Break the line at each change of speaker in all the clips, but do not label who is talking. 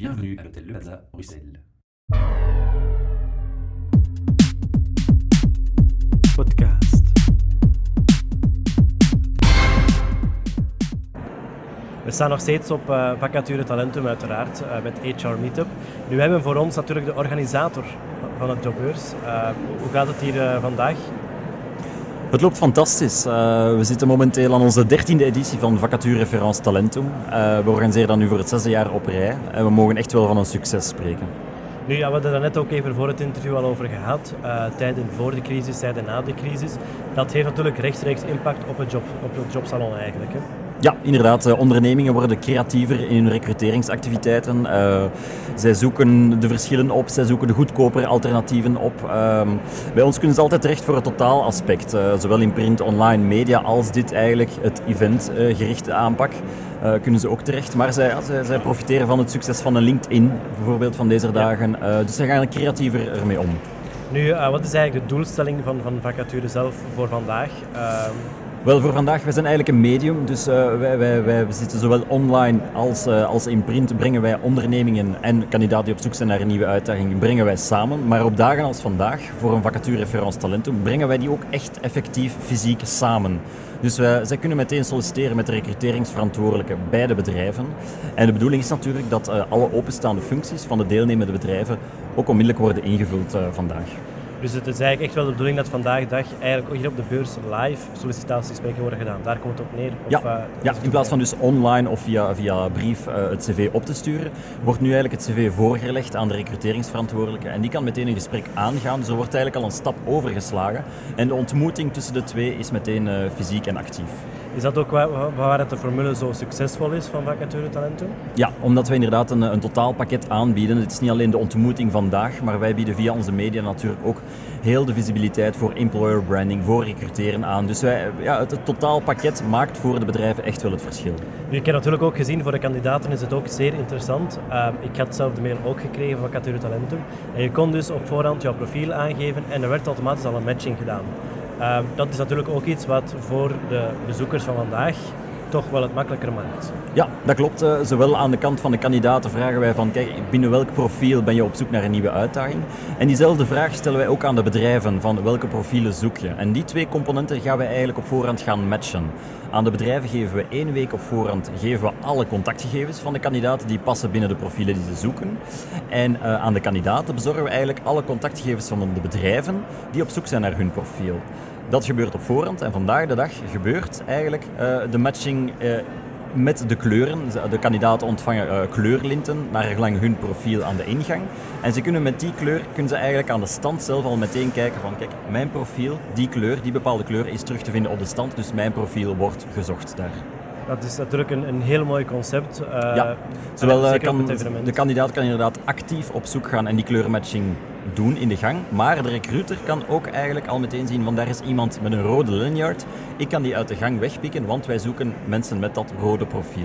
Bienvenue à l'hôtel Le Plaza, Bruxelles.
Podcast. We staan nog steeds op Vacature Talentum uiteraard, met HR Meetup. Nu hebben we voor ons natuurlijk de organisator van het jobbeurs. Hoe gaat het hier vandaag?
Het loopt fantastisch. We zitten momenteel aan onze 13e editie van Vacature Reference Talentum. We organiseren dat nu voor het 6e jaar op rij en we mogen echt wel van een succes spreken.
Nu, ja, we hadden daar net ook even voor het interview al over gehad. Tijden voor de crisis, tijden na de crisis. Dat heeft natuurlijk rechtstreeks impact op het jobsalon eigenlijk. Hè?
Ja, inderdaad. Ondernemingen worden creatiever in hun recruteringsactiviteiten. Zij zoeken de verschillen op, zij zoeken de goedkopere alternatieven op. Bij ons kunnen ze altijd terecht voor het totaalaspect. Zowel in print, online, media als dit eigenlijk het eventgerichte aanpak. Kunnen ze ook terecht. Maar zij profiteren van het succes van een LinkedIn, bijvoorbeeld van deze dagen. Dus zij gaan ziever ermee om.
Nu, wat is eigenlijk de doelstelling van Vacature zelf voor vandaag?
Wel, voor vandaag, wij zijn eigenlijk een medium, dus wij zitten zowel online als in print, brengen wij ondernemingen en kandidaten die op zoek zijn naar een nieuwe uitdaging, brengen wij samen. Maar op dagen als vandaag, voor een Vacature Reference Talentum, brengen wij die ook echt effectief fysiek samen. Dus zij kunnen meteen solliciteren met de recruteringsverantwoordelijke bij de bedrijven. En de bedoeling is natuurlijk dat alle openstaande functies van de deelnemende bedrijven ook onmiddellijk worden ingevuld vandaag.
Dus het is eigenlijk echt wel de bedoeling dat vandaag de dag eigenlijk ook hier op de beurs live sollicitatiegesprekken worden gedaan. Daar komt het op neer?
Ja, in plaats van dus online of via brief het cv op te sturen, wordt nu eigenlijk het cv voorgelegd aan de recruteringsverantwoordelijke en die kan meteen een gesprek aangaan. Dus er wordt eigenlijk al een stap overgeslagen en de ontmoeting tussen de twee is meteen fysiek en actief.
Is dat ook waar de formule zo succesvol is van Vacature Talentum?
Ja, omdat wij inderdaad een totaalpakket aanbieden. Het is niet alleen de ontmoeting vandaag, maar wij bieden via onze media natuurlijk ook heel de visibiliteit voor employer branding, voor recruteren aan. Dus het totaalpakket maakt voor de bedrijven echt wel het verschil.
Nu, ik heb natuurlijk ook gezien, voor de kandidaten is het ook zeer interessant. Ik had zelf de mail ook gekregen van Vacature Talentum. En je kon dus op voorhand jouw profiel aangeven en er werd automatisch al een matching gedaan. Dat is natuurlijk ook iets wat voor de bezoekers van vandaag toch wel het makkelijker maakt.
Ja, dat klopt. Zowel aan de kant van de kandidaten vragen wij van, kijk, binnen welk profiel ben je op zoek naar een nieuwe uitdaging? En diezelfde vraag stellen wij ook aan de bedrijven, van welke profielen zoek je? En die twee componenten gaan wij eigenlijk op voorhand gaan matchen. Aan de bedrijven geven we 1 week op voorhand alle contactgegevens van de kandidaten die passen binnen de profielen die ze zoeken. En aan de kandidaten bezorgen we eigenlijk alle contactgegevens van de bedrijven die op zoek zijn naar hun profiel. Dat gebeurt op voorhand en vandaag de dag gebeurt eigenlijk de matching met de kleuren. De kandidaten ontvangen kleurlinten naar gelang hun profiel aan de ingang. En ze kunnen met die kleur eigenlijk aan de stand zelf al meteen kijken van, kijk, mijn profiel, die bepaalde kleur is terug te vinden op de stand, dus mijn profiel wordt gezocht daar.
Dat is natuurlijk een heel mooi concept.
Zowel de kandidaat kan inderdaad actief op zoek gaan en die kleurmatching doen in de gang, maar de recruiter kan ook eigenlijk al meteen zien van daar is iemand met een rode lanyard. Ik kan die uit de gang wegpikken, want wij zoeken mensen met dat rode profiel.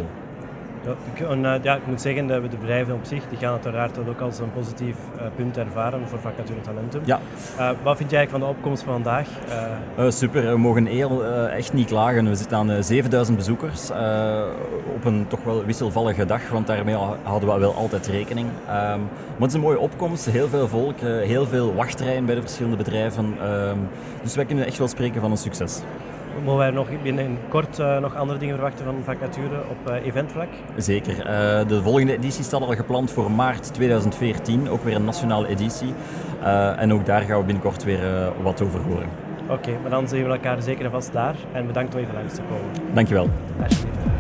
Ik moet zeggen, de bedrijven op zich die gaan het uiteraard ook als een positief punt ervaren voor Vacature Talentum.
Ja.
Wat vind jij eigenlijk van de opkomst van vandaag?
Super, we mogen echt niet klagen. We zitten aan 7000 bezoekers op een toch wel wisselvallige dag, want daarmee houden we wel altijd rekening. Maar het is een mooie opkomst, heel veel volk, heel veel wachtrijen bij de verschillende bedrijven. Dus wij kunnen echt wel spreken van een succes.
Mogen wij nog binnenkort nog andere dingen verwachten van Vacature op eventvlak?
Zeker. De volgende editie staat al gepland voor maart 2014, ook weer een nationale editie. En ook daar gaan we binnenkort weer wat over horen.
Oké, maar dan zien we elkaar zeker en vast daar. En bedankt om even langs te komen.
Dankjewel.
Alsjeblieft.